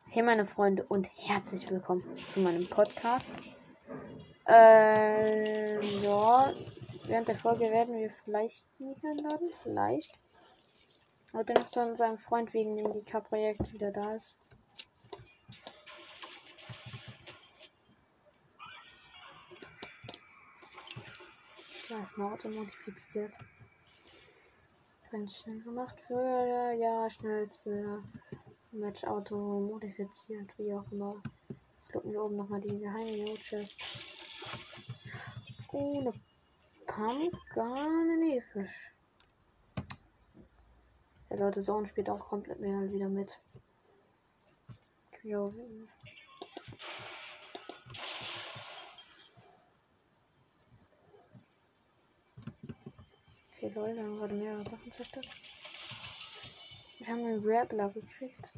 Hey meine Freunde und herzlich willkommen zu meinem Podcast. Ja, während der Folge werden wir vielleicht nicht einladen, vielleicht. Aber dann ist dann sein Freund wegen dem GK-Projekt wieder da ist. Da ist mal Auto modifiziert. Ganz schnell gemacht für, ja, schnellste Match-Auto modifiziert, wie auch immer. Jetzt gucken wir oben nochmal die geheime No-Chest. Oh, eine Pumpgun, nee, Fisch. Der Leute Zone spielt auch komplett mehr wieder mit. Ja, okay, Leute, wir haben gerade mehrere Sachen zerstört. Wir haben einen Grappler gekriegt.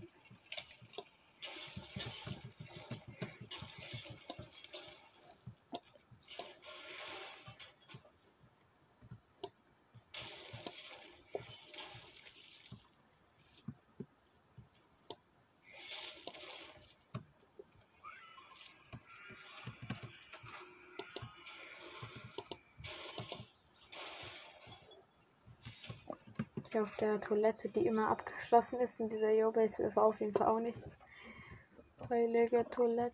Hier auf der Toilette, die immer abgeschlossen ist in dieser Yo-Base, war auf jeden Fall auch nichts. Heilige Toilette.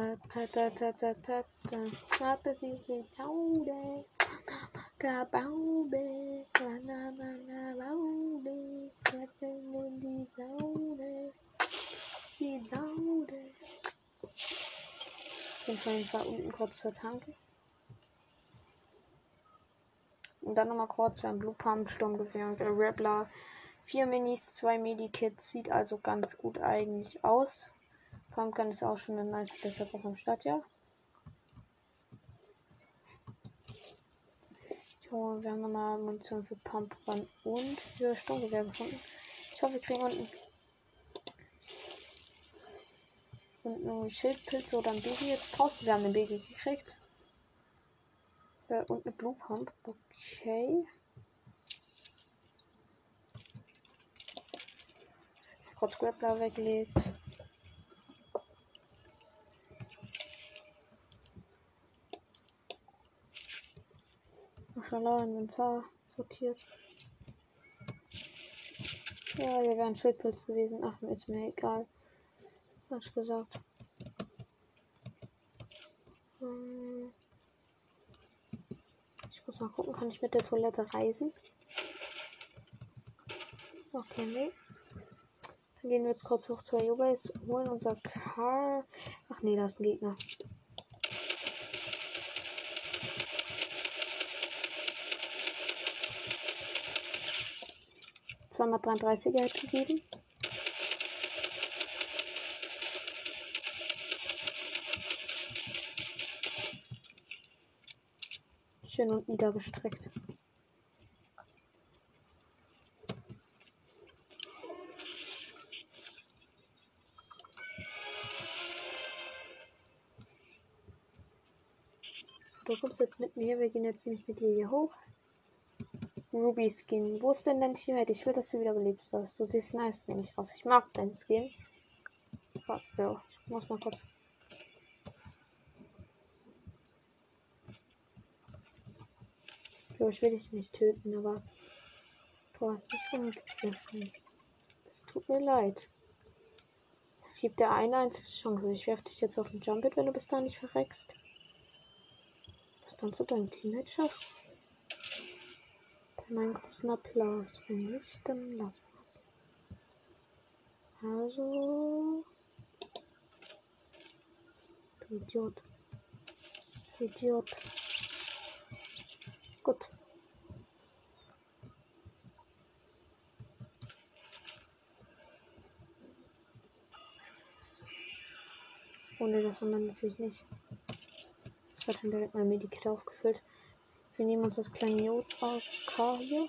Habe sie gebaut. Gabaube. Baube. Die Saude. Die Saude. Auf jeden Fall unten kurz zur Tanke. Und dann nochmal kurz für ein Blue Pump, Sturmgewehr und der Rappler. 4 Minis, 2 Medikits. Sieht also ganz gut eigentlich aus. Pumpgun ist auch schon eine nice Besserung vom Stadtjahr. So, wir haben nochmal Munition für Pumpgun und für Sturmgewehr gefunden. Ich hoffe, wir kriegen unten Schildpilze oder ein Baby jetzt raus. Wir haben einen Baby gekriegt. Und eine Blue Pump. Okay. Kurz Grappler weggelegt. Maschallah, Inventar sortiert. Ja, hier wäre ein Schildpilz gewesen. Ach, ist mir egal. Falsch gesagt. Ich muss mal gucken, kann ich mit der Toilette reisen? Okay, nee. Dann gehen wir jetzt kurz hoch zur Yo-Base, holen unser Car. Ach nee, da ist ein Gegner. Zweimal 33er gegeben. Schön und niedergestreckt. So, du kommst jetzt mit mir. Wir gehen jetzt nämlich mit dir hier hoch. Ruby Skin. Wo ist denn dein Teammate? Ich will, dass du wieder belebt wirst. Du siehst nice nämlich aus. Ich mag deinen Skin. Warte, Bro. Ich muss mal kurz. Bro, ich will dich nicht töten, aber du hast mich angegriffen. Es tut mir leid. Es gibt ja eine einzige Chance. Ich werfe dich jetzt auf den Jumpet, wenn du bis dahin nicht verreckst. Was dann zu deinem Teammate schaffst. Meinen großen Applaus. Wenn nicht, dann lassen wir es. Also. Du Idiot. Du Idiot. Gut. Ohne das haben wir natürlich nicht. Das hat schon direkt mein Medikit aufgefüllt. Wir nehmen uns das kleine Jod-AK hier.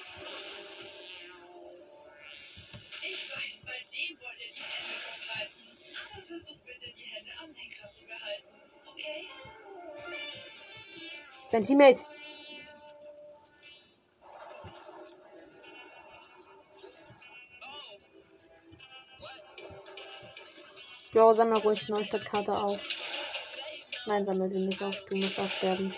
Ich weiß, bei dem wollt ihr die Hände hochreißen. Aber versucht bitte, die Hände am Lenkrad zu behalten. Okay? Sein Teammate. Jo, sammel ruhig Neustadtkarte auf. Nein, sammel sie nicht auf. Du musst auch sterben.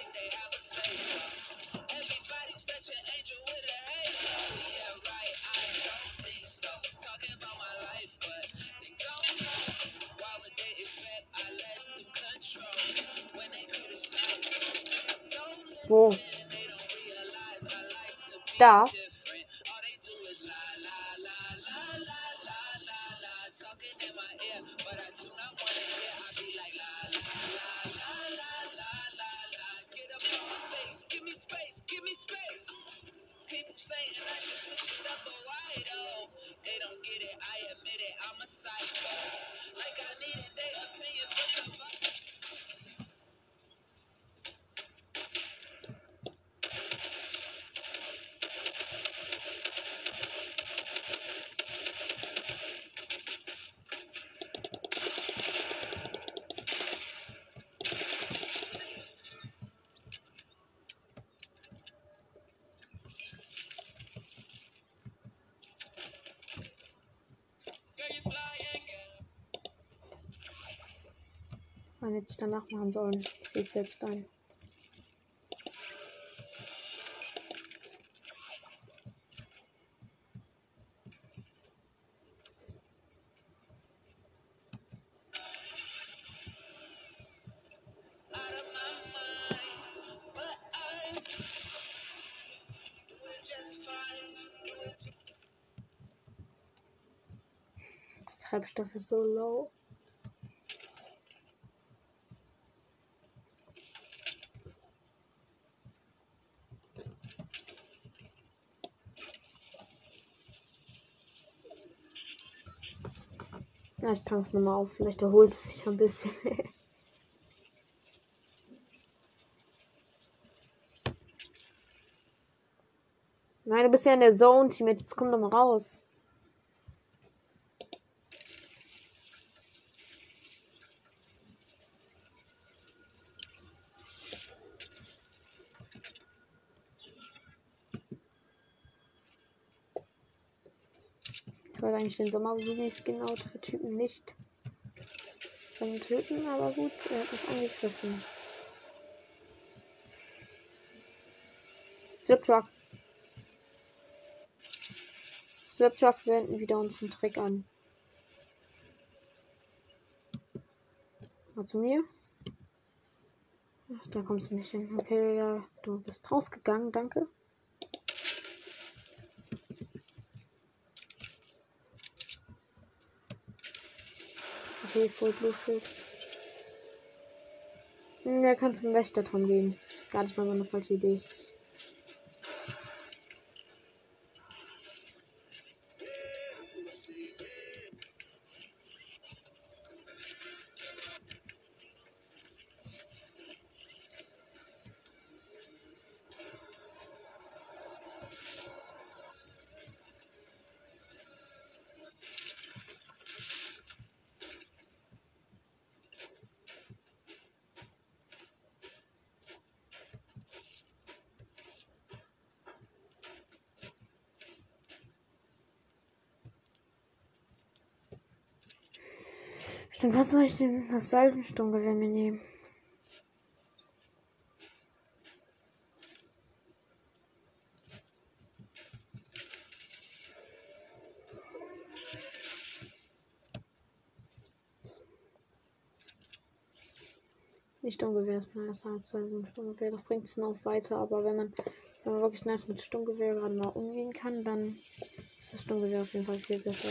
Wo? Da. Man hätte ich danach machen sollen. Ich sehe es selbst ein. Der Treibstoff ist so low. Ja, ich tanke es nochmal auf. Vielleicht erholt es sich ein bisschen. Nein, du bist ja in der Zone, Teammate. Jetzt komm doch mal raus. Ich wollte eigentlich den Sommer-Ruby-Skin-Out für Typen nicht töten, aber gut, er hat mich angegriffen. Sliptruck. Sliptruck wenden wieder unseren Trick an. Mal zu mir. Ach, da kommst du nicht hin. Okay, ja, du bist rausgegangen, danke. Okay, Full Blue Shield. Der kann zum Wächterturm gehen. Gar nicht mal so eine falsche Idee. Stimmt, was soll ich denn das Salvensturmgewehr mir nehmen? Nicht Sturmgewehr ist nice als Sturmgewehr. Das bringt es noch weiter, aber wenn man wirklich nice mit Sturmgewehr gerade mal umgehen kann, dann ist das Sturmgewehr auf jeden Fall viel besser.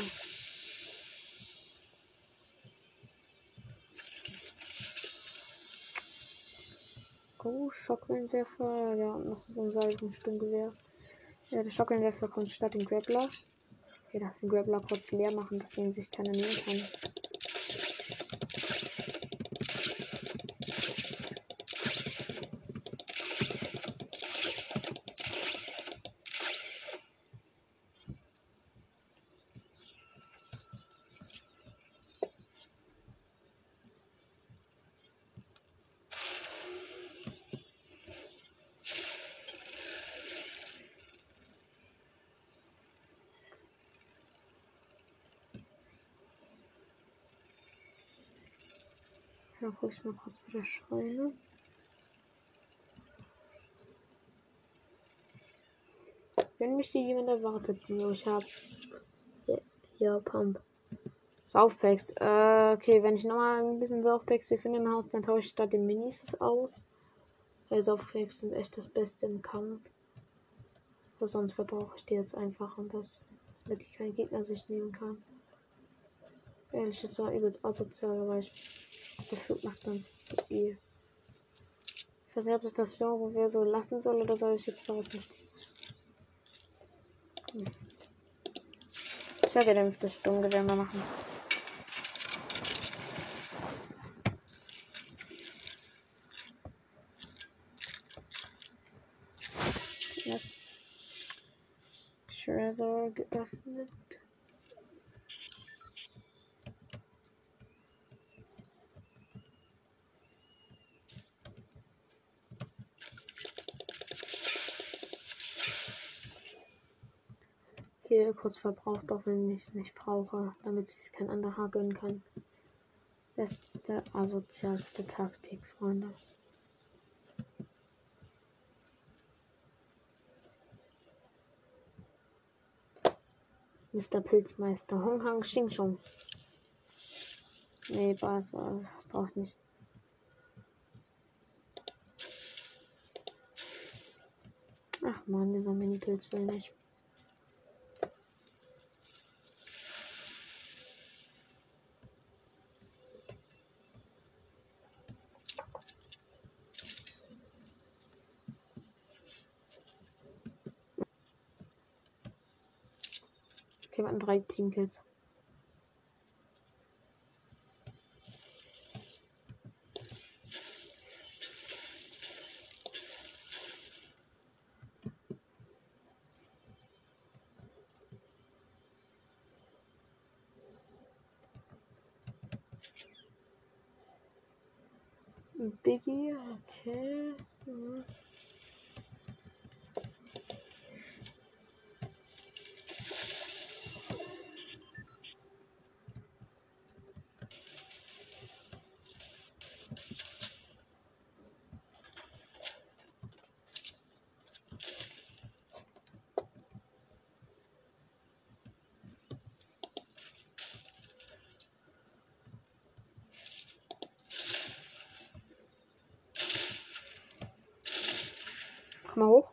Oh, Schockwellenwerfer. Ja, und noch so ein Salvensturmgewehr. Ja, der Schockwellenwerfer kommt statt den Grappler. Okay, lass den Grappler kurz leer machen, dass den sich keiner nehmen kann. Ja, guck ich mal kurz bei der Scheune. Wenn mich hier jemand erwartet, nur ich habe hier Pump. Saufpacks. Okay, wenn ich nochmal ein bisschen Saufpacks hier finde im Haus, dann tausche ich statt den Minis es aus. Weil Saufpacks sind echt das Beste im Kampf. Aber sonst verbrauche ich die jetzt einfach am besten, damit ich keinen Gegner sich nehmen kann. Ehrlich gesagt, übelst asozial, weil ich gefühlt macht man es viel. Ich weiß nicht, ob ich das Genre so lassen soll oder soll ich jetzt daraus nicht. Ich werde den das Sturmgewehr mal machen. Das Treasure geöffnet. Hier kurz verbraucht, auch wenn ich es nicht brauche, damit ich kein anderer gönnen kann. Beste, asozialste Taktik, Freunde. Mr. Pilzmeister. Hong Hang Xing Shong. Nee, braucht nicht. Ach man, dieser Mini-Pilz will nicht. Okay, wir hatten 3 Teamkills. Biggie, okay. Mhm. Komm mal hoch.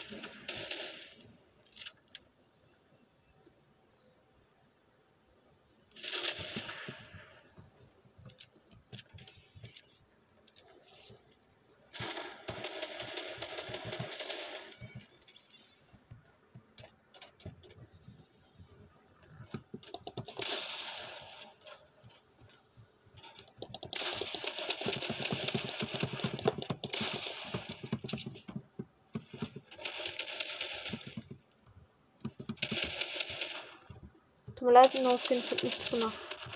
Tut mir leid, hinausgehen, ich hab nichts gemacht.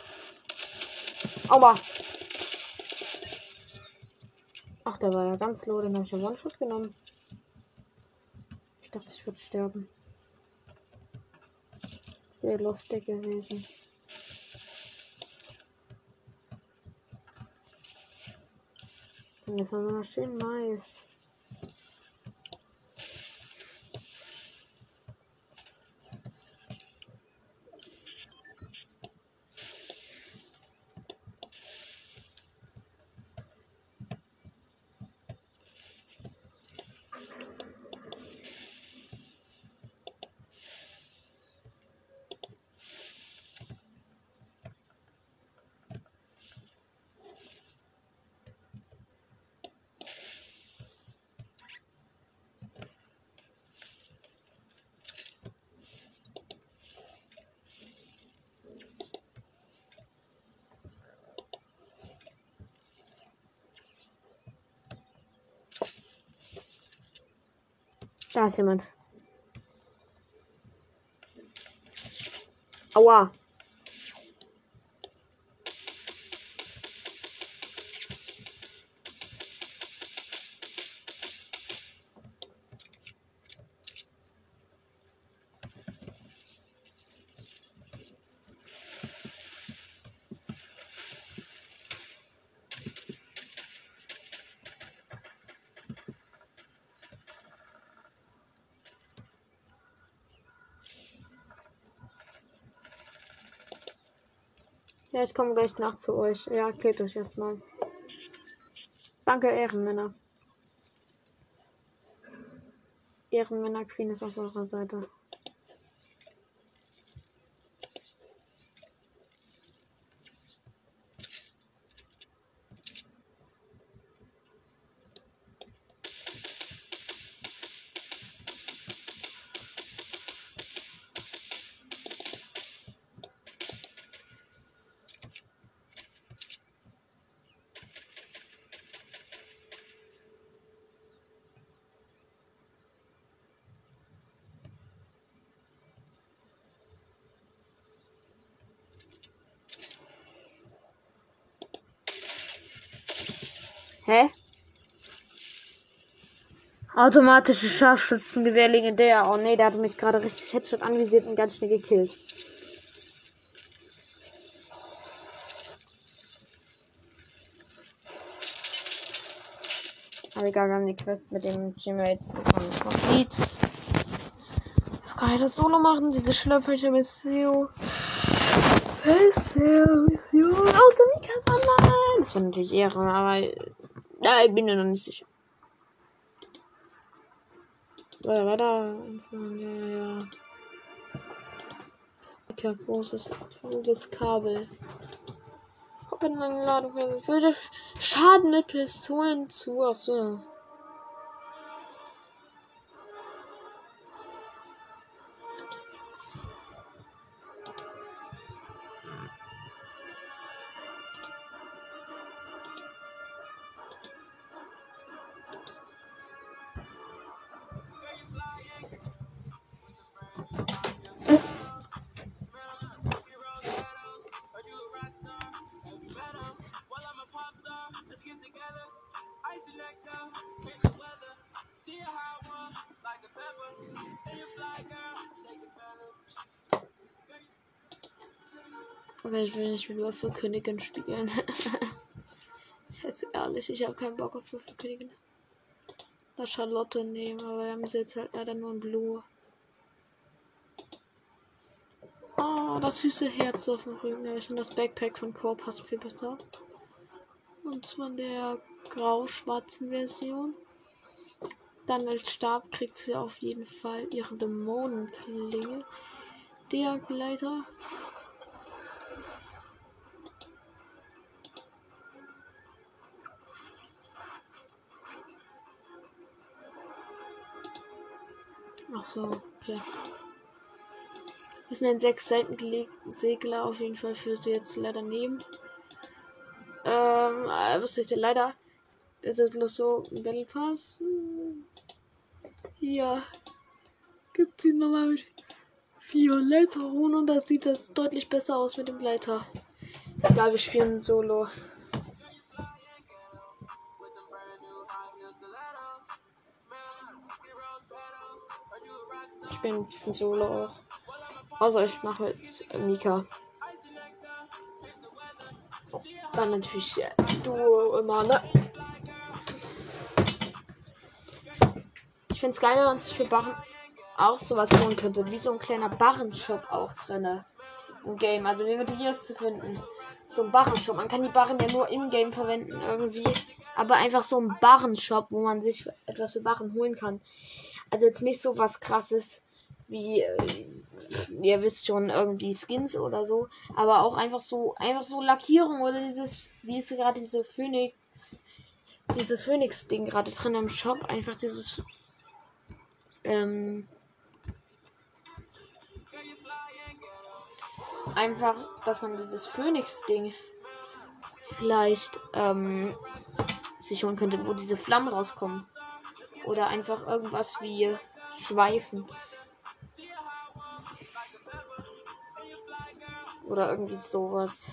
Aua! Ach, der war ja ganz low, den habe ich ja One-Shot genommen. Ich dachte, ich würde sterben. Wäre lustig gewesen. Und jetzt haben wir noch schön Mais. Da ist jemand. Aua. Ja, ich komme gleich nach zu euch. Ja, killt euch erstmal. Danke, Ehrenmänner. Ehrenmänner Queen ist auf eurer Seite. Hä? Automatische Scharfschützengewehr legendär. Oh ne, der hatte mich gerade richtig Headshot anvisiert und ganz schnell gekillt. Aber egal, wir haben die Quest mit dem Teammates von Complete. Kann ich das Solo machen? Diese Schlöpfer-Mission. Mission. Außer Mikasa, nein! Das war natürlich Ehre, aber. Ja, ich bin mir noch nicht sicher. Weiter. Ja. Großes Kabel. Ladung würde Schaden mit Pistolen zu. Achso. Aber ich will nicht mit Würfelkönigin spielen. Jetzt ehrlich, ich habe keinen Bock auf Würfelkönigin. Lass Charlotte nehmen, aber wir haben sie jetzt halt leider nur in Blue. Oh, das süße Herz auf dem Rücken. Aber ich finde das Backpack von Core passt viel besser. Und zwar in der grau-schwarzen Version. Dann als Stab kriegt sie auf jeden Fall ihre Dämonenklinge. Der Gleiter. Ach so, okay. Wir sind ein 6 Seiten Segler auf jeden Fall für sie jetzt leider nehmen. Was heißt denn leider? Ist es bloß so ein Battle Pass? Ja. Gibt sie nochmal mit violetter Rune und da sieht das deutlich besser aus mit dem Gleiter. Egal, wir spielen Solo. Ich bin ein bisschen Solo auch. Also ich mache jetzt Mika. Dann natürlich Duo immer, ne? Ich finde es geil, wenn man sich für Barren auch sowas holen könnte. Wie so ein kleiner Barrenshop auch drinne. Im Game. Also wie würde ich das zu finden? So ein Barrenshop. Man kann die Barren ja nur im Game verwenden irgendwie. Aber einfach so ein Barrenshop, wo man sich etwas für Barren holen kann. Also jetzt nicht so was krasses wie, ihr wisst schon, irgendwie Skins oder so. Aber auch einfach so Lackierung oder dieses Phoenix-Ding gerade drin im Shop. Einfach dieses, einfach, dass man dieses Phoenix-Ding vielleicht, sich holen könnte, wo diese Flammen rauskommen. Oder einfach irgendwas wie Schweifen. Oder irgendwie sowas.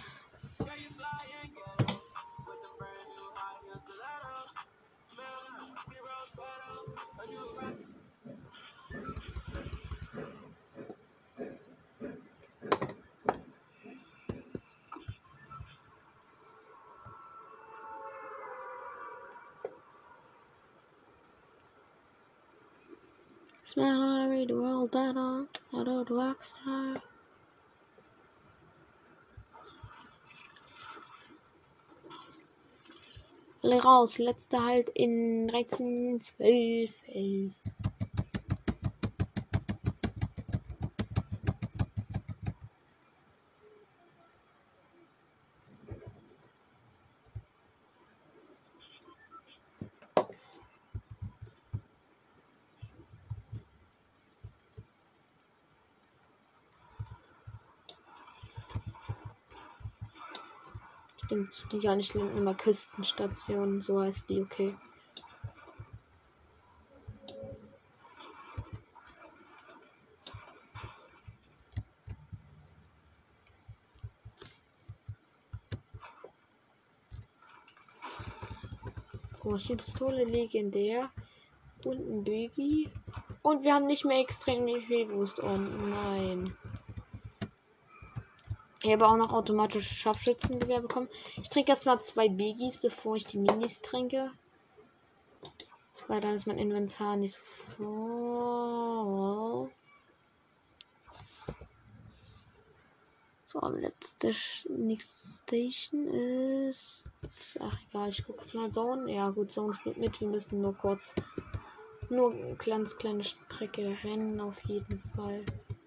Smell I read the world better. I don't rockstar. Alle raus. Letzter Halt in 13, 12, 11. Stimmt, ja, nicht immer Küstenstation, so heißt die, okay. Maschinenpistole, legendär. Und ein Biggie. Und wir haben nicht mehr extrem viel Boost. Oh nein. Ich habe auch noch automatische Scharfschützengewehr bekommen. Ich trinke erstmal 2 Biggies, bevor ich die Minis trinke. Weil dann ist mein Inventar nicht so voll. So, nächste Station ist. Ach egal, ich gucke jetzt mal Zone. Ja gut, Zone spielt mit. Wir müssen nur kurz. Nur eine ganz kleine Strecke rennen, auf jeden Fall.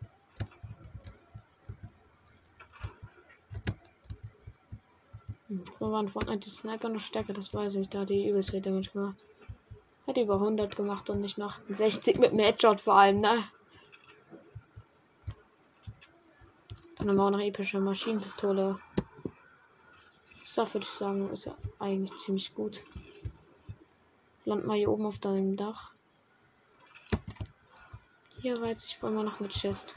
Früher waren Fortnite die Sniper noch stärker, das weiß ich. Da hat die übelst viel Damage gemacht. Hat über 100 gemacht und nicht noch 60 mit dem Headshot vor allem, ne? Dann haben wir auch noch epische Maschinenpistole. Das würde ich sagen, ist ja eigentlich ziemlich gut. Land mal hier oben auf deinem Dach. Hier weiß ich vor allem noch eine Chest.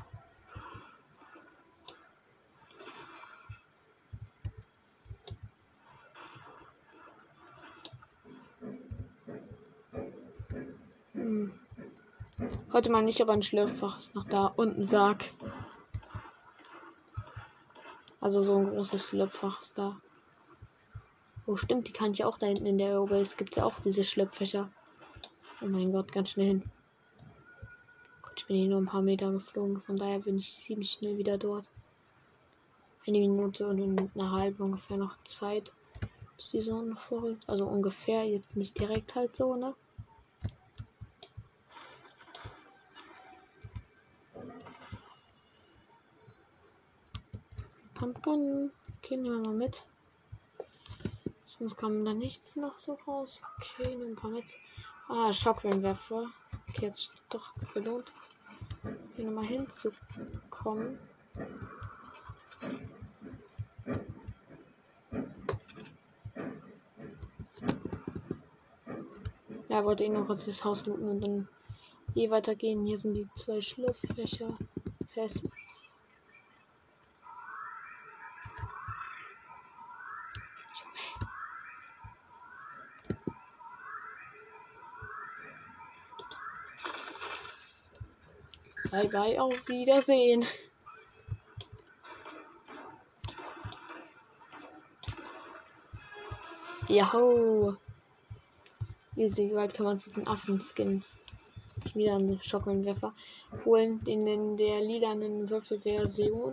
Heute mal nicht, aber ein Schlürffach ist noch da und ein Sarg. Also so ein großes Schlürffach ist da. Oh stimmt, die kann ich auch da hinten in der Aerobase. Gibt es ja auch diese Schlürpfächer. Oh mein Gott, ganz schnell hin. Gut, ich bin hier nur ein paar Meter geflogen. Von daher bin ich ziemlich schnell wieder dort. Eine Minute und eine halbe ungefähr noch Zeit, bis die Sonne vorrückt. Also ungefähr, jetzt nicht direkt halt so, ne? Pumpgun. Okay, nehmen wir mal mit. Sonst kam da nichts noch so raus. Okay, nur ein paar mit. Ah, Schockwellenwerfer. Okay, jetzt doch gelohnt, hier nochmal hinzukommen. Ja, wollte eh noch kurz das Haus looten und dann hier weitergehen. Hier sind die 2 Schlupffächer fest. Bye bye, auf Wiedersehen. Jaho. Easy, bald kann man diesen Affen-Skin. Wieder einen Schockwellenwerfer holen, den in der lilanen Würfelversion.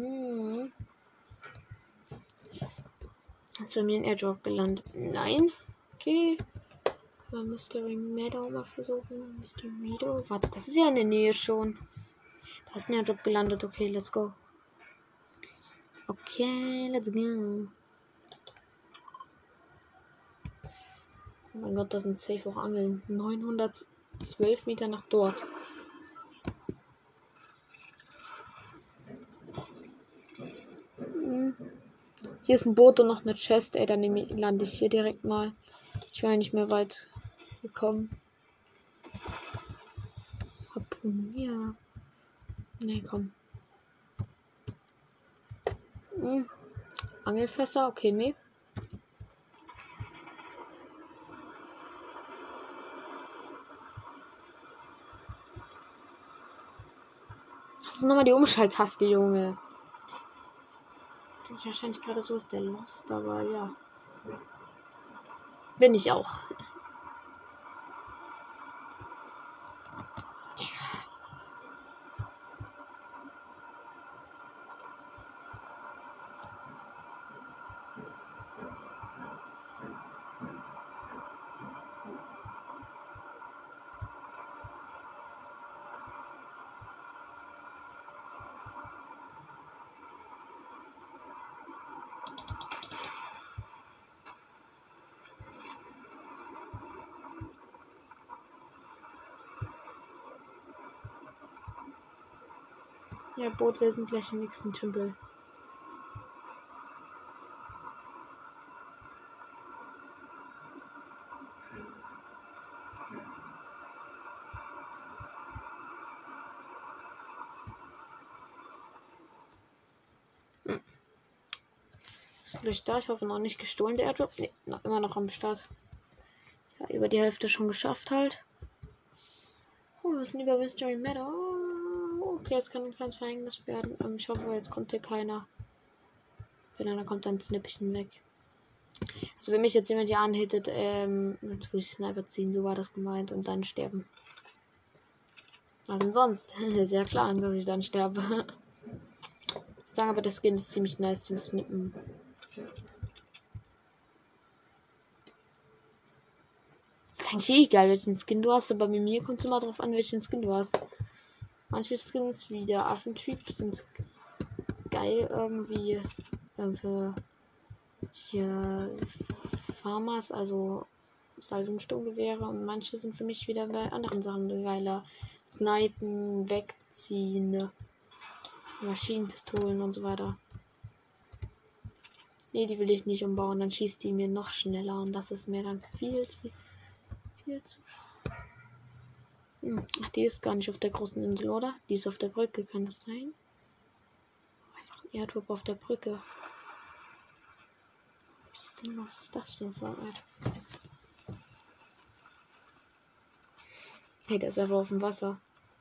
Ist bei mir ein Airdrop gelandet. Nein. Okay. Können wir Mystery Meadow mal versuchen. Mystery Meadow. Warte, das ist ja in der Nähe schon. Da ist ein Airdrop gelandet. Okay, let's go. Okay, let's go. Oh mein Gott, das sind safe auch Angeln. 912 Meter nach dort. Hier ist ein Boot und noch eine Chest. Ey, dann lande ich hier direkt mal. Ich war ja nicht mehr weit gekommen. Ja. Nee, komm. Angelfässer? Okay, nee. Das ist nochmal die Umschalttaste, Junge. Wahrscheinlich gerade so ist der Lost, aber ja. Bin ich auch. Ja, Boot, wir sind gleich im nächsten Tümpel. Ist gleich da. Ich hoffe noch nicht gestohlen, der Airdrop. Ne, immer noch am Start. Ja, über die Hälfte schon geschafft halt. Oh, wir sind über Mystery Meadow. Oh, okay, das kann ein kleines Verhängnis werden. Ich hoffe, jetzt kommt hier keiner. Wenn einer kommt, dann Snippchen weg. Also wenn mich jetzt jemand hier anhittet, jetzt würde ich Sniper ziehen, so war das gemeint, und dann sterben. Was denn sonst? Ist ja klar, dass ich dann sterbe. Ich sage aber, der Skin ist ziemlich nice zum Snippen. Das ist eigentlich eh egal, welchen Skin du hast, aber bei mir kommt es immer drauf an, welchen Skin du hast. Manche Skins wie der Affentyp sind geil irgendwie für hier Farmers, also Salvensturmgewehre, und manche sind für mich wieder bei anderen Sachen geiler. Snipen, wegziehen, Maschinenpistolen und so weiter. Nee, die will ich nicht umbauen, dann schießt die mir noch schneller und das ist mir dann viel zu. Ach, die ist gar nicht auf der großen Insel, oder? Die ist auf der Brücke, kann das sein? Einfach ein Airdrop auf der Brücke. Was ist denn, was ist das denn für ein Airdrop? Hey, der ist einfach auf dem Wasser.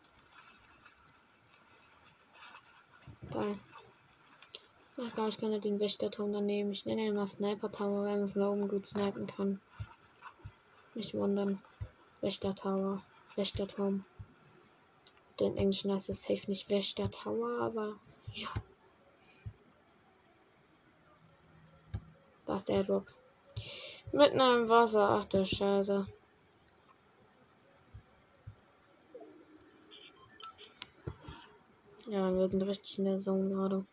Geil. Ach gar, ich kann ja den Wächterturm daneben. Ich nenne ihn mal Sniper Tower, weil man von da oben gut snipen kann. Nicht wundern. Wächter Tower. Wächterturm. Den Englischen heißt es safe nicht Wächter Tower, aber ja. Da ist der Airdrop. Mitten im Wasser. Ach du Scheiße. Ja, wir sind richtig in der Zone gerade.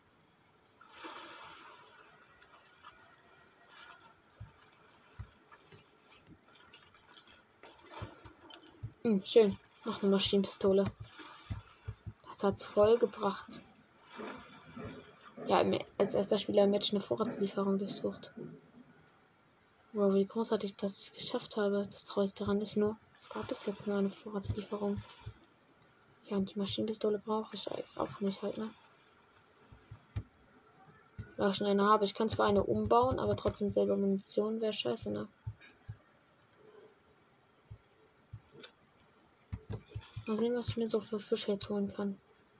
Schön. Noch eine Maschinenpistole. Das hat's voll gebracht. Ja, als erster Spieler im Match eine Vorratslieferung durchsucht. Wow, wie großartig, dass ich es geschafft habe. Das Traurige daran ist nur, es gab bis jetzt nur eine Vorratslieferung. Ja, und die Maschinenpistole brauche ich auch nicht halt, ne? Weil ich schon eine habe. Ich kann zwar eine umbauen, aber trotzdem selber Munition wäre scheiße, ne? Mal sehen, was ich mir so für Fische jetzt holen kann.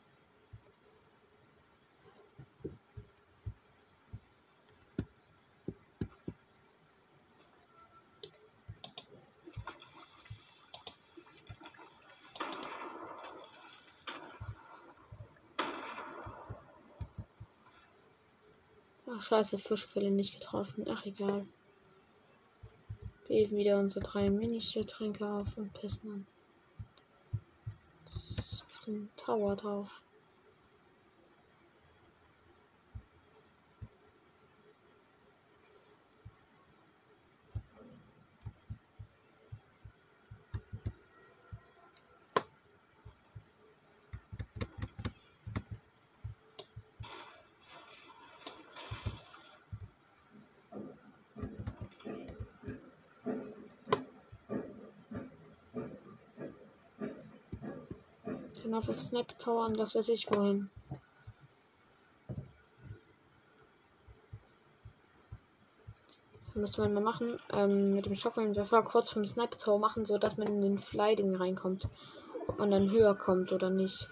Ach, scheiße, Fischquelle nicht getroffen. Ach, egal. Wir heben wieder unsere 3 Minischildtränke auf und pissen auf den Tower drauf. Dann auf Snap Tower und was weiß ich wohin. Müsste man mal machen. Mit dem Schockwellenwerfer kurz vom Sniper Tower machen, so dass man in den Fly-Ding reinkommt. Ob man dann höher kommt oder nicht.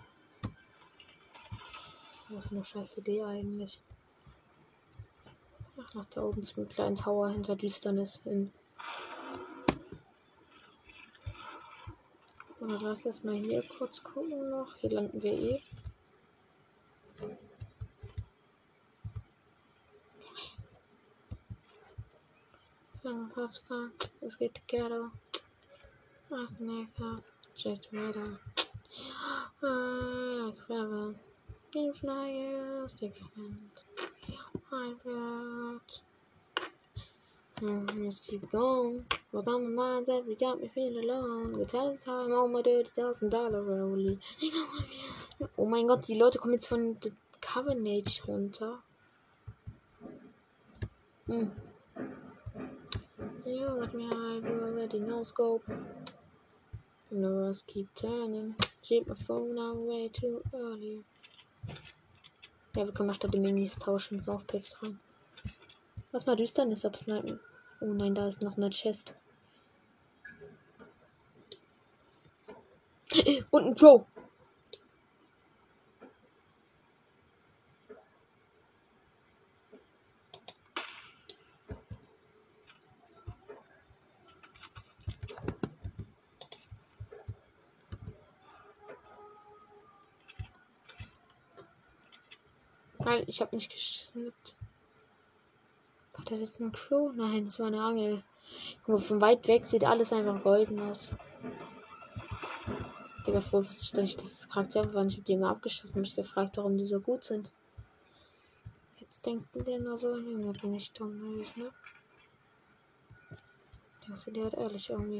Das ist eine scheiß Idee eigentlich. Ach, nach da oben zum kleinen Tower hinter Düsternis hin. Aber lass erstmal hier kurz gucken noch. Hier landen wir eh. Popstar, let's get together. Last night up, check radar. Like forever. Can fly you, six friends. I got. Let's keep going. What's on my mind that we got me feeling alone. We tell the time on my $30,000 rollie. Oh mein Gott, die Leute kommen jetzt von The Covenage runter. Hm. You let me hide, you already know scope. Mirrors keep turning. Keep my phone now way too early. Ja, wir können mal statt den Minis tauschen, so auf Picks rein. Lass mal Düsternis absnipen. Oh nein, da ist noch eine Chest. Und ein Pro. Nein, ich habe nicht geschnippt. War das jetzt ein Crow? Nein, das war eine Angel. Nur von weit weg sieht alles einfach golden aus. Digga, vorher wusste ich, dass das Charakter waren. Ich hab die immer abgeschossen und mich gefragt, warum die so gut sind. Jetzt denkst du dir nur so, Junge, bin ich dumm, ne? Denkst du dir halt ehrlich irgendwie.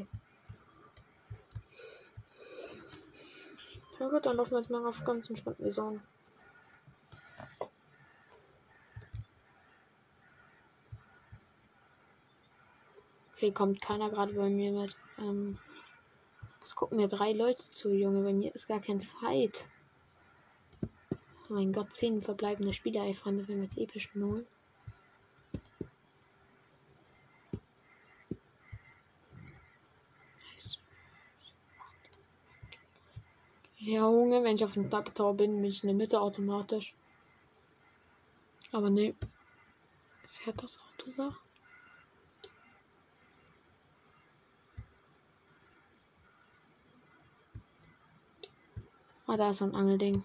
Na gut, dann laufen wir jetzt mal auf ganz entspannten Vision. Hier kommt keiner gerade bei mir mit. Es gucken mir 3 Leute zu, Junge. Bei mir ist gar kein Fight. Oh mein Gott, 10 verbleibende Spieler, ey, Freunde, wenn wir jetzt episch holen. Nice. Ja, Junge, wenn ich auf dem Double Tower bin ich in der Mitte automatisch. Aber ne. Fährt das Auto da? Ah, da ist so ein Angelding.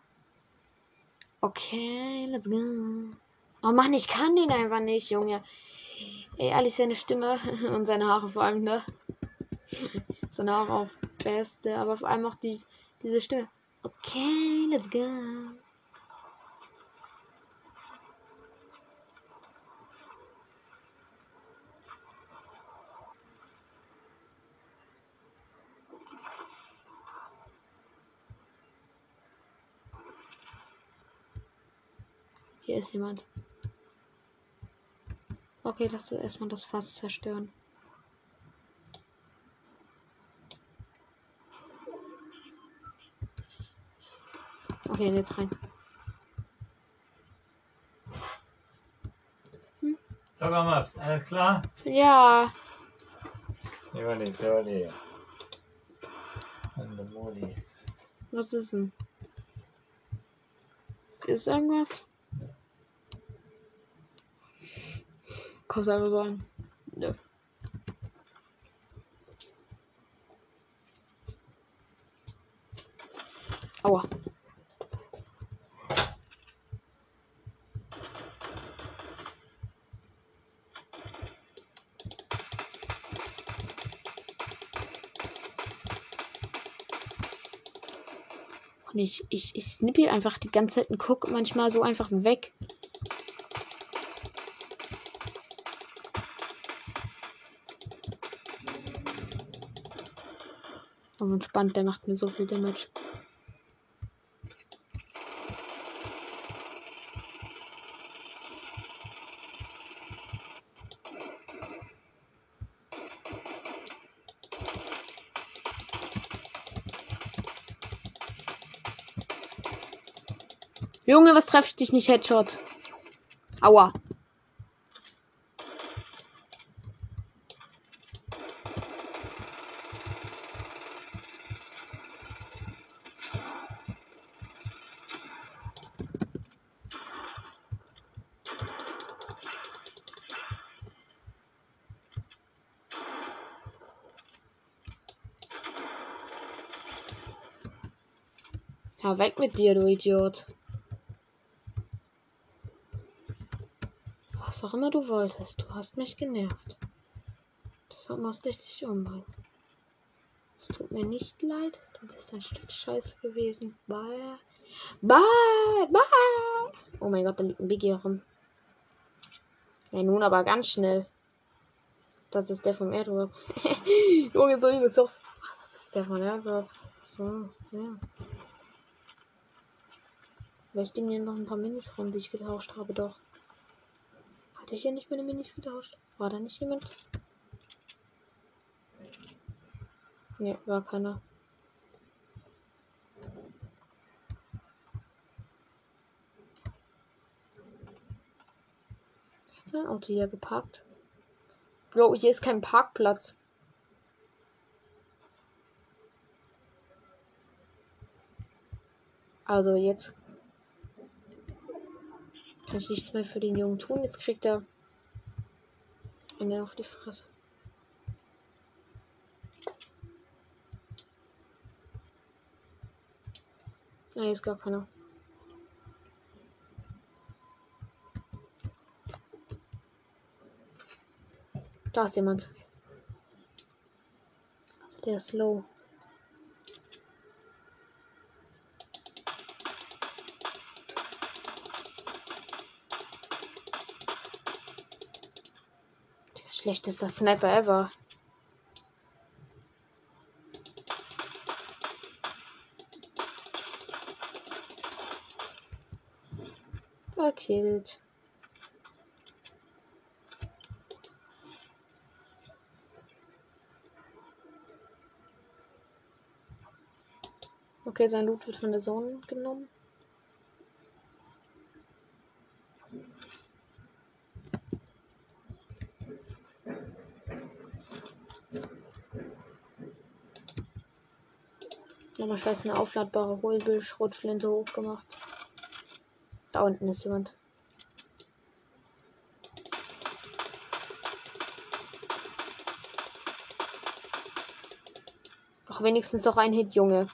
Okay, let's go. Oh Mann, ich kann den einfach nicht, Junge. Ey, ehrlich, seine Stimme und seine Haare vor allem, ne? Seine Haare auch beste, aber vor allem auch diese Stimme. Okay, let's go. Hier ist jemand. Okay, lass erstmal das Fass zerstören. Okay, jetzt rein. Zockermaps, alles klar? Ja. Sorry. Und der Moli. Was ist denn? Ist irgendwas? Kommst einfach so an. Nö. Aua. Und ich snippe einfach die ganze Zeit und gucke manchmal so einfach weg. Aber entspannt, der macht mir so viel Damage. Junge, was treffe ich dich nicht, Headshot? Aua. Ja, weg mit dir, du Idiot. Was auch immer du wolltest, du hast mich genervt. Deshalb musste ich dich umbringen. Es tut mir nicht leid, du bist ein Stück Scheiße gewesen. Bye. Bye. Bye. Oh mein Gott, da liegt ein Biggie rum. Ja, nun aber ganz schnell. Das ist der vom Airdrop. Junge, so übelst auch. Ach, das ist der von Airdrop. So, ist der. Weil ich mir noch ein paar Minis rum, die ich getauscht habe, doch. Hatte ich hier nicht meine Minis getauscht? War da nicht jemand? Ne, war keiner. Hat ein Auto hier geparkt? Bro, hier ist kein Parkplatz. Also jetzt kann ich nichts mehr für den Jungen tun. Jetzt kriegt er eine auf die Fresse. Nein, ist gar keiner. Da ist jemand. Der ist low. Der schlechteste Sniper ever. Verkillt. Okay, sein Loot wird von der Zone genommen. Nochmal scheiße eine aufladbare Schrotflinte hochgemacht. Da unten ist jemand. Ach, wenigstens doch ein Hit, Junge.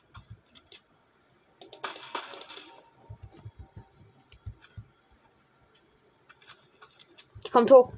Die kommt hoch.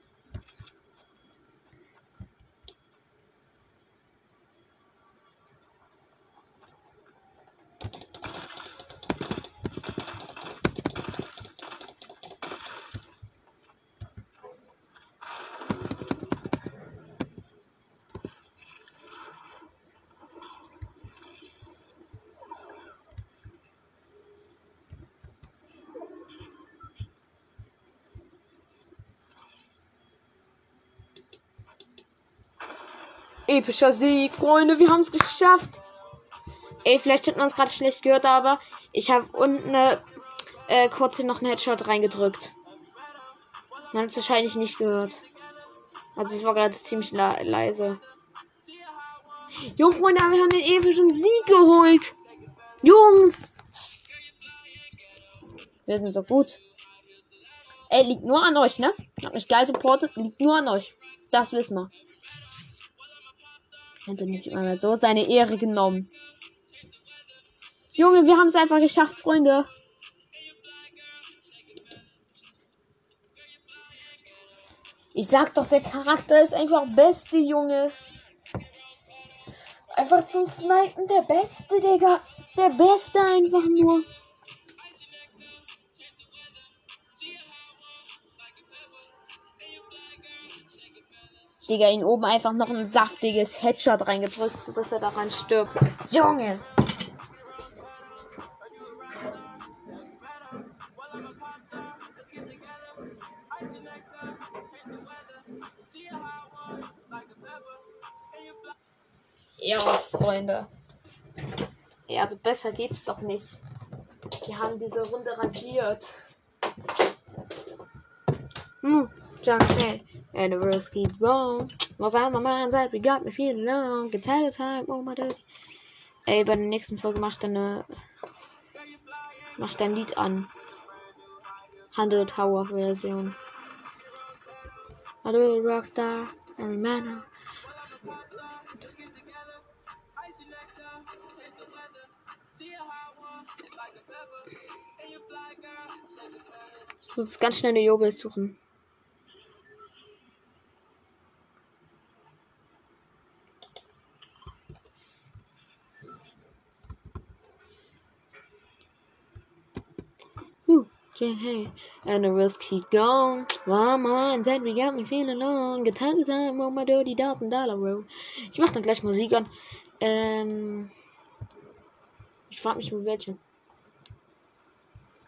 Epischer Sieg, Freunde, wir haben es geschafft. Ey, vielleicht hat man es gerade schlecht gehört, aber ich habe unten kurz hier noch einen Headshot reingedrückt. Man hat es wahrscheinlich nicht gehört. Also es war gerade ziemlich leise. Jo, Freunde, wir haben den epischen Sieg geholt. Jungs. Wir sind so gut. Ey, liegt nur an euch, ne? Habt mich geil supportet, liegt nur an euch. Das wissen wir. Also nicht immer so seine Ehre genommen. Junge, wir haben es einfach geschafft, Freunde. Ich sag doch, der Charakter ist einfach beste, Junge. Einfach zum Snipen der Beste, Digga. Der Beste einfach nur. Digga, ihn oben einfach noch ein saftiges Headshot reingedrückt, sodass er daran stirbt. Junge. Ja, Freunde. Ja, also besser geht's doch nicht. Wir haben diese Runde rasiert. Junkie, and the rules keep going. Was on my mind's like we got me feeling long. Get tired of time, oh my dude. Ey, bei der nächsten Folge mach dein Lied an. Handel Tower Version. Hallo Rockstar, every man. Ich muss ganz schnell eine Jobel suchen. Hey, and the risk keep going. My mind said we got me feeling long. Get time to time on my dirty $1,000 road. Ich mach dann gleich Musik an. Ich frag mich nur welche.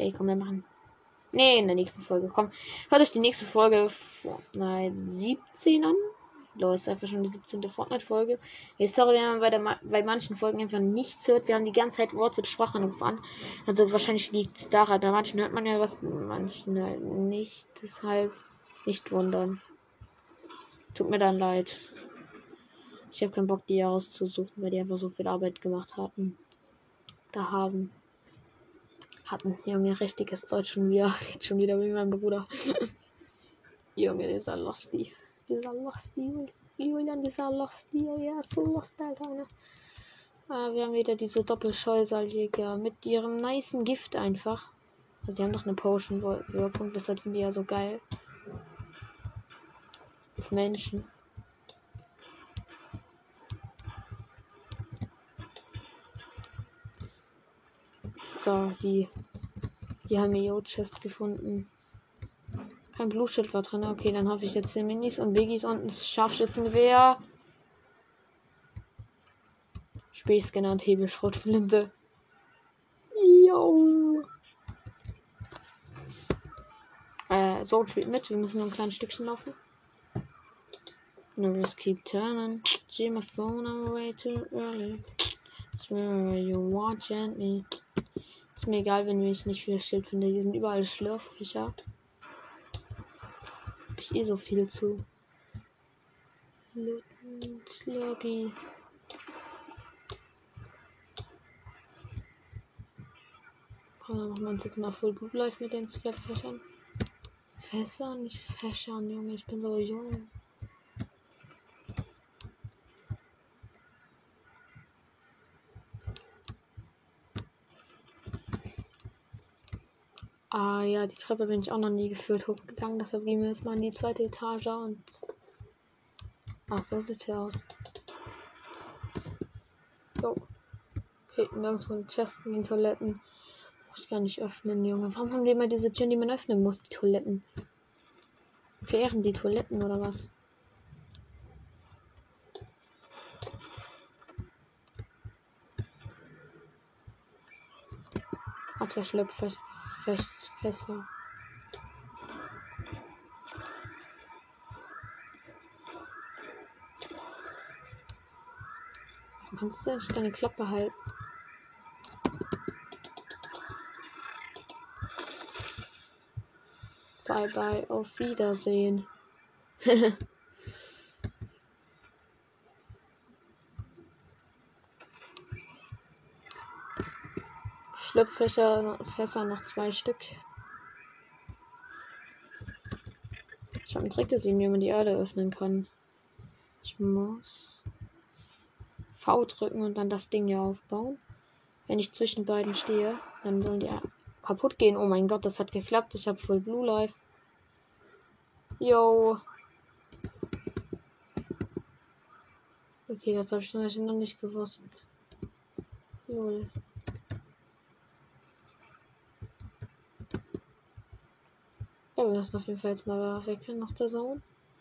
Okay, komm, wir machen. Nee, in der nächsten Folge. Komm, hört euch die nächste Folge Fortnite 17 an. Leute, ist einfach schon die 17. Fortnite-Folge. Hey, sorry, wenn man bei manchen Folgen einfach nichts hört. Wir haben die ganze Zeit WhatsApp-Sprachanruf an. Also wahrscheinlich liegt es daran. Bei manchen hört man ja was, bei manchen halt nicht. Deshalb nicht wundern. Tut mir dann leid. Ich habe keinen Bock, die auszusuchen, weil die einfach so viel Arbeit gemacht hatten. Hatten. Junge, richtiges Deutsch schon wieder. Jetzt schon wieder wie mein Bruder. Junge, dieser Losty. Julian, dieser Losty. Ja, so lost, Alter. Ne? Wir haben wieder diese Doppelscheusalljäger mit ihrem nicen Gift einfach. Also die haben doch eine Potion-Wirkung, deshalb sind die ja so geil. Auf Menschen. So, die haben ihr Chest gefunden. Kein Blue Shit war drin. Okay, dann hoffe ich jetzt 10 Minis und Biggies und ein Scharfschützengewehr. Späßscanner und Hebelschrotflinte. Yo. Sword spielt mit. Wir müssen nur ein kleines Stückchen laufen. Nervous keep turning. See my phone on the way too early. Swear you watching me. Ist mir egal, wenn ich nicht viel Schild finde. Hier sind überall Schlürffischer. Hab ich eh so viel zu. Slurpy. Komm, dann machen wir uns jetzt mal Full Blue Life mit den Slurpfischern. Fässer, nicht Fäschern, Junge. Ich bin so jung. Ah ja, die Treppe bin ich auch noch nie gefühlt hochgegangen. Deshalb gehen wir jetzt mal in die zweite Etage und. Ach, so sieht's hier aus. So. Okay, nirgendwo in Chesten, in den Toiletten. Brauch ich gar nicht öffnen, Junge. Warum haben die immer diese Türen, die man öffnen muss, die Toiletten? Verehren die Toiletten oder was? Hat zwei Schlöpfässer. Kannst du echt deine Klappe halten? Bye bye, auf Wiedersehen. Fässer noch 2 Stück. Ich habe einen Trick gesehen, wie man die Erde öffnen kann. Ich muss V drücken und dann das Ding hier aufbauen. Wenn ich zwischen beiden stehe, dann sollen die kaputt gehen. Oh mein Gott, das hat geklappt. Ich habe Full Blue Life. Yo. Okay, das habe ich noch nicht gewusst. Lol. Ja, wir müssen auf jeden Fall jetzt mal weg aus der Zone.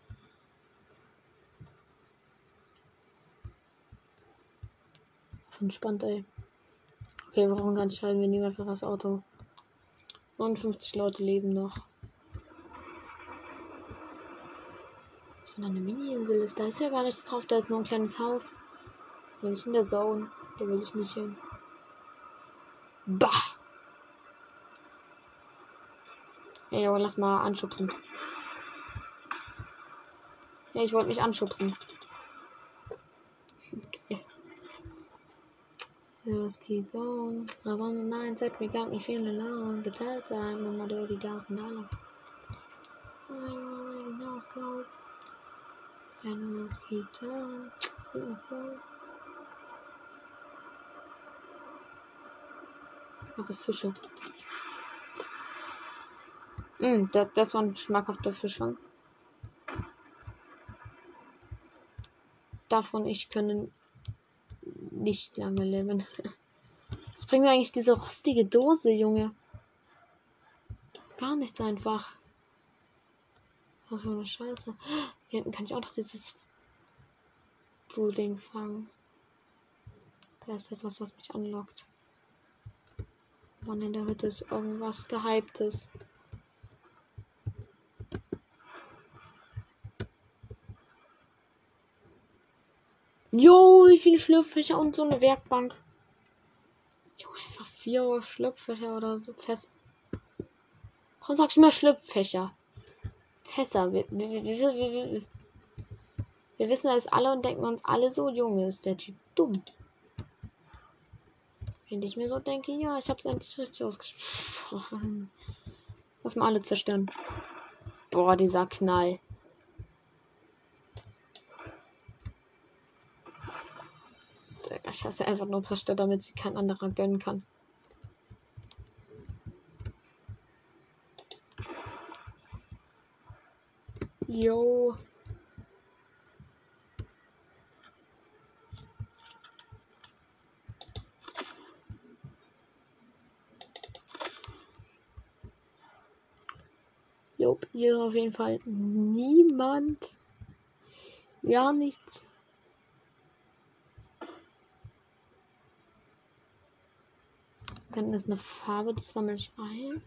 Entspannt, ey. Okay, wir brauchen gar nicht rein, wir nehmen einfach das Auto. 59 Leute leben noch. Wenn da eine Mini-Insel ist, da ist ja gar nichts drauf, da ist nur ein kleines Haus. Das will ich in der Zone. Da will ich nicht hin. Bah! Ey, aber lass mal anschubsen. Ja, ich wollte mich anschubsen. Okay. Let's keep going. I want the mindset, we got me feeling alone. The tell time, I'm not $30,000. I already know it's cold. And let's keep turning. Also Fische. Das war ein schmackhafter Fischfang. Davon ich können nicht lange leben. Was bringt mir eigentlich diese rostige Dose, Junge? Gar nichts einfach. Was für eine Scheiße. Hier hinten kann ich auch noch dieses Blue-Ding fangen. Da ist etwas, was mich anlockt. Mann, in der Hütte ist irgendwas Gehyptes. Jo, wie viele Schlupflöcher und so eine Werkbank. Jo, einfach 4 Schlupflöcher oder so fest. Warum sagst du immer Schlupflöcher? Fässer. Wir wissen das alle und denken uns alle so, Junge, ist der Typ dumm. Wenn ich mir so denke, ja, ich hab's endlich richtig ausgesprochen. Lass mal alle zerstören. Boah, dieser Knall. Ich hab's ja einfach nur zerstört, damit sie kein anderer gönnen kann. Jo. Jupp, hier ist auf jeden Fall niemand. Gar nichts. Dann ist eine Farbe, die sammle ich ein.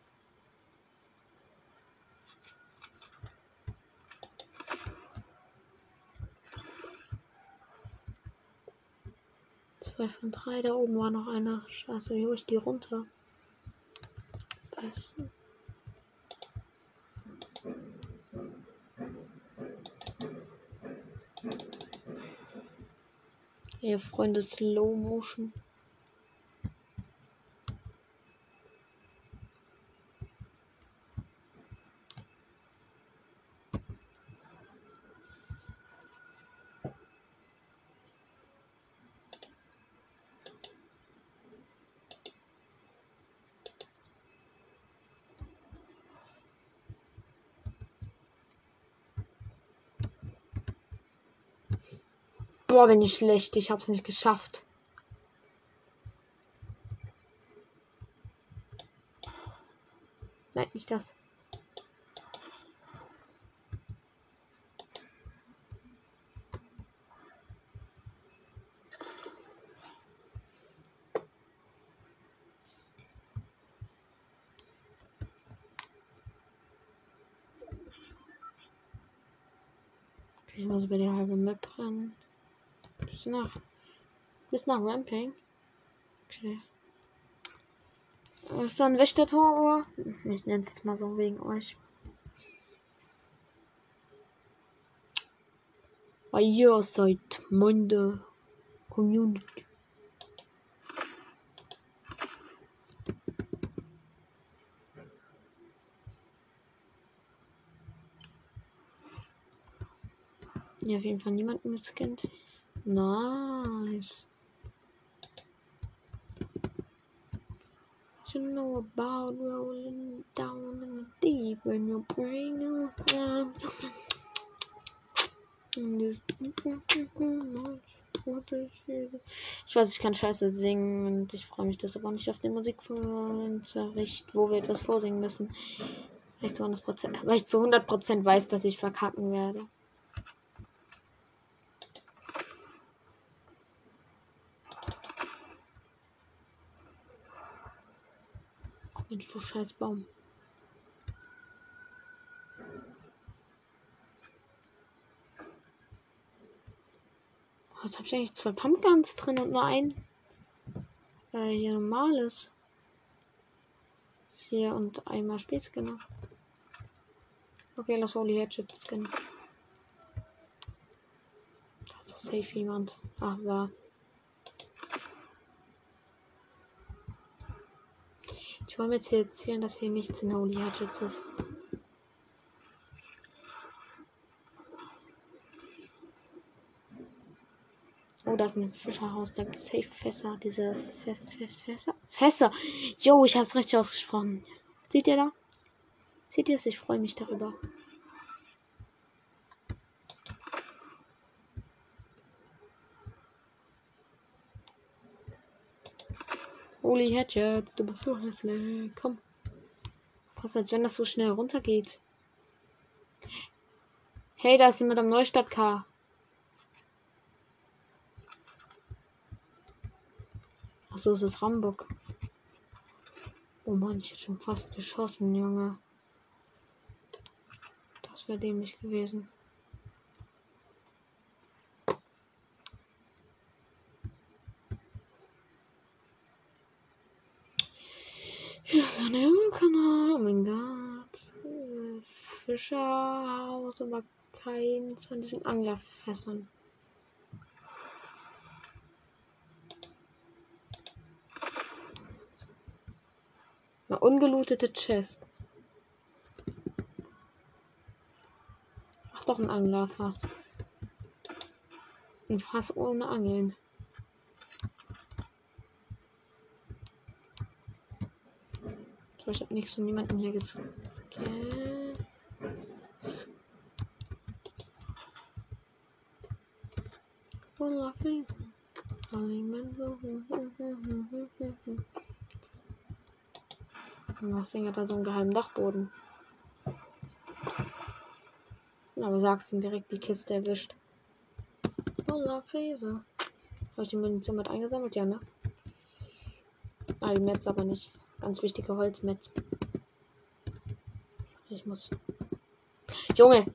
Zwei von 3, da oben war noch einer. Scheiße, wie hole ich die runter? Das. Ihr Freunde, Slow Motion. Boah, bin ich schlecht. Ich hab's nicht geschafft. Nein, nicht das. Ich muss über die halbe Map rennen. Bis nach Ramping. Okay. Ist da ein Wächtertor, oder? Ich nenne es jetzt mal so wegen euch. Weil ihr seid meine Community. Ja, auf jeden Fall niemanden misskennt. Nice. You know about rolling down in the deep when your brain is down. Ich weiß, ich kann scheiße singen und ich freue mich deshalb auch nicht auf den Musikunterricht, wo wir etwas vorsingen müssen. Weil ich zu 100% weiß, dass ich verkacken werde. Mensch, du scheiß Baum. Was hab ich eigentlich? 2 Pumpguns drin und nur ein hier normales. Hier und einmal Spielscanner. Okay, lass Holy Hatchet scannen. Da ist doch safe jemand. Ach was. Ich wollte mir jetzt hier erzählen, dass hier nichts in Holy Hatchets ist. Oh, da ist ein Fischerhaus. Da gibt es safe Fässer. Diese Fässer. Jo, ich hab's richtig ausgesprochen. Seht ihr da? Seht ihr es? Ich freue mich darüber. Holy Hatchets, du bist so hässlich. Komm. Fast als wenn das so schnell runtergeht. Hey, da ist jemand am Neustadt K. Achso, es ist Hamburg. Oh Mann, ich hätte schon fast geschossen, Junge. Das wäre dämlich gewesen. Hier ist ein Kanal. Oh mein Gott. Fischerhaus, aber keins an diesen Anglerfässern. Mal ungelootete Chest. Ach doch, ein Anglerfass. Ein Fass ohne Angeln. Aber ich habe nichts von niemandem hier gescannt. Das Ding hat da so einen geheimen Dachboden. Aber sagst du direkt die Kiste erwischt. Voller Krise. Habe ich die Munition mit eingesammelt? Ja, ne? Ah, die Metz aber nicht. Ganz wichtige Holzmetz. Ich muss. Junge!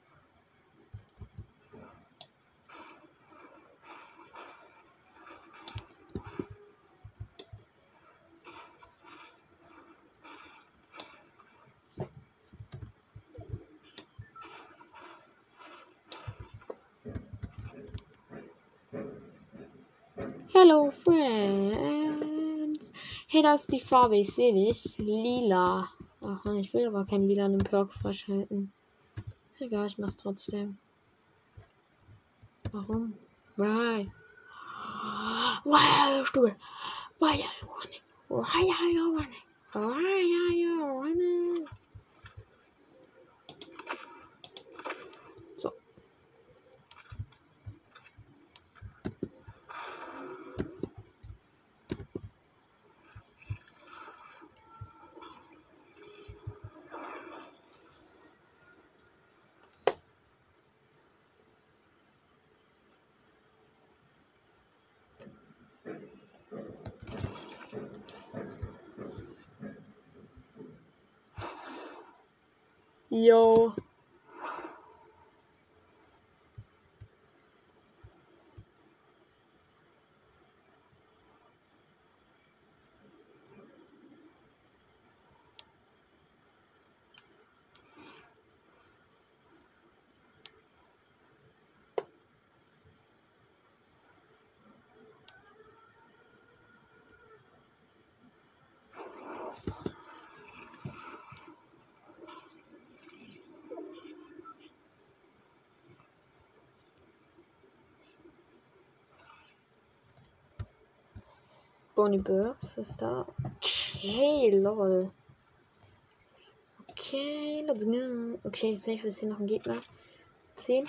Hello, friends! Hey, das ist die Farbe. Ich sehe dich. Lila. Aha, ich will aber keinen lilanen Perk freischalten. Egal, ich mach's trotzdem. Warum? Why? Why, Stuhl? Why are you running? Why are you running? Why are you running? So. Yo. Bonnie Burbs ist da. Okay, lol. Okay, let's go. Okay, safe ist hier noch ein Gegner. 10.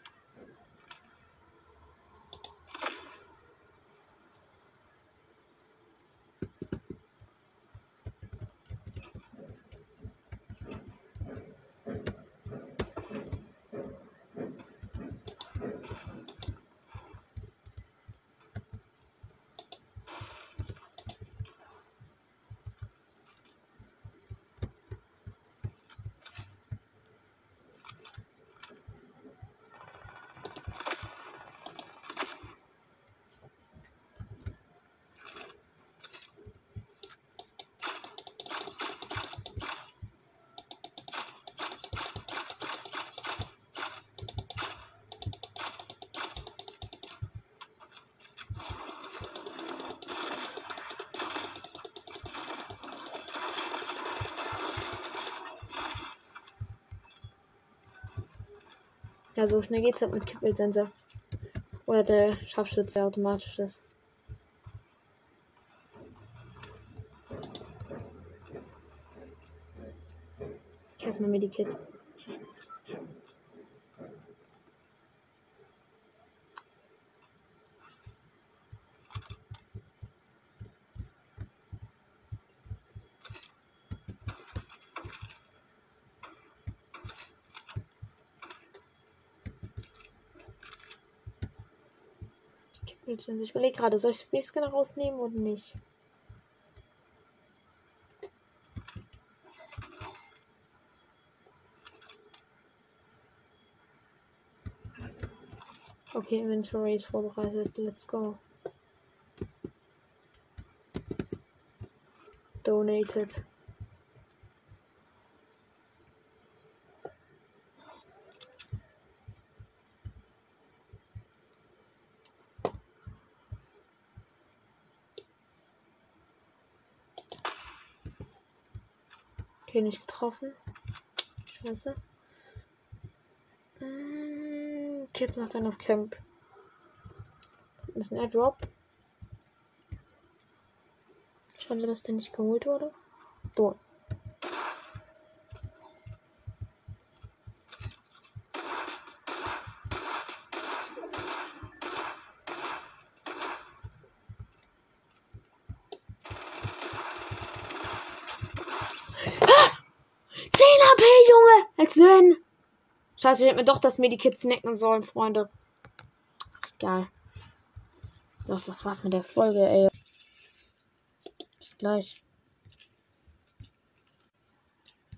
Ja, so schnell geht's halt mit Kippelsensor. Oder der Scharfschütze automatisch ist. Erstmal Medikit. Ich überlege gerade, soll ich Reskin rausnehmen oder nicht? Okay, Inventory ist vorbereitet. Let's go. Donated. Okay, nicht getroffen. Scheiße. Okay, jetzt macht er auf Camp. Das ist ein Airdrop. Schade, dass der nicht geholt wurde. So. HP, Junge! Als Sinn! Scheiße, ich hätte mir doch das Medikit snacken sollen, Freunde. Egal. Das war's mit der Folge, ey. Bis gleich.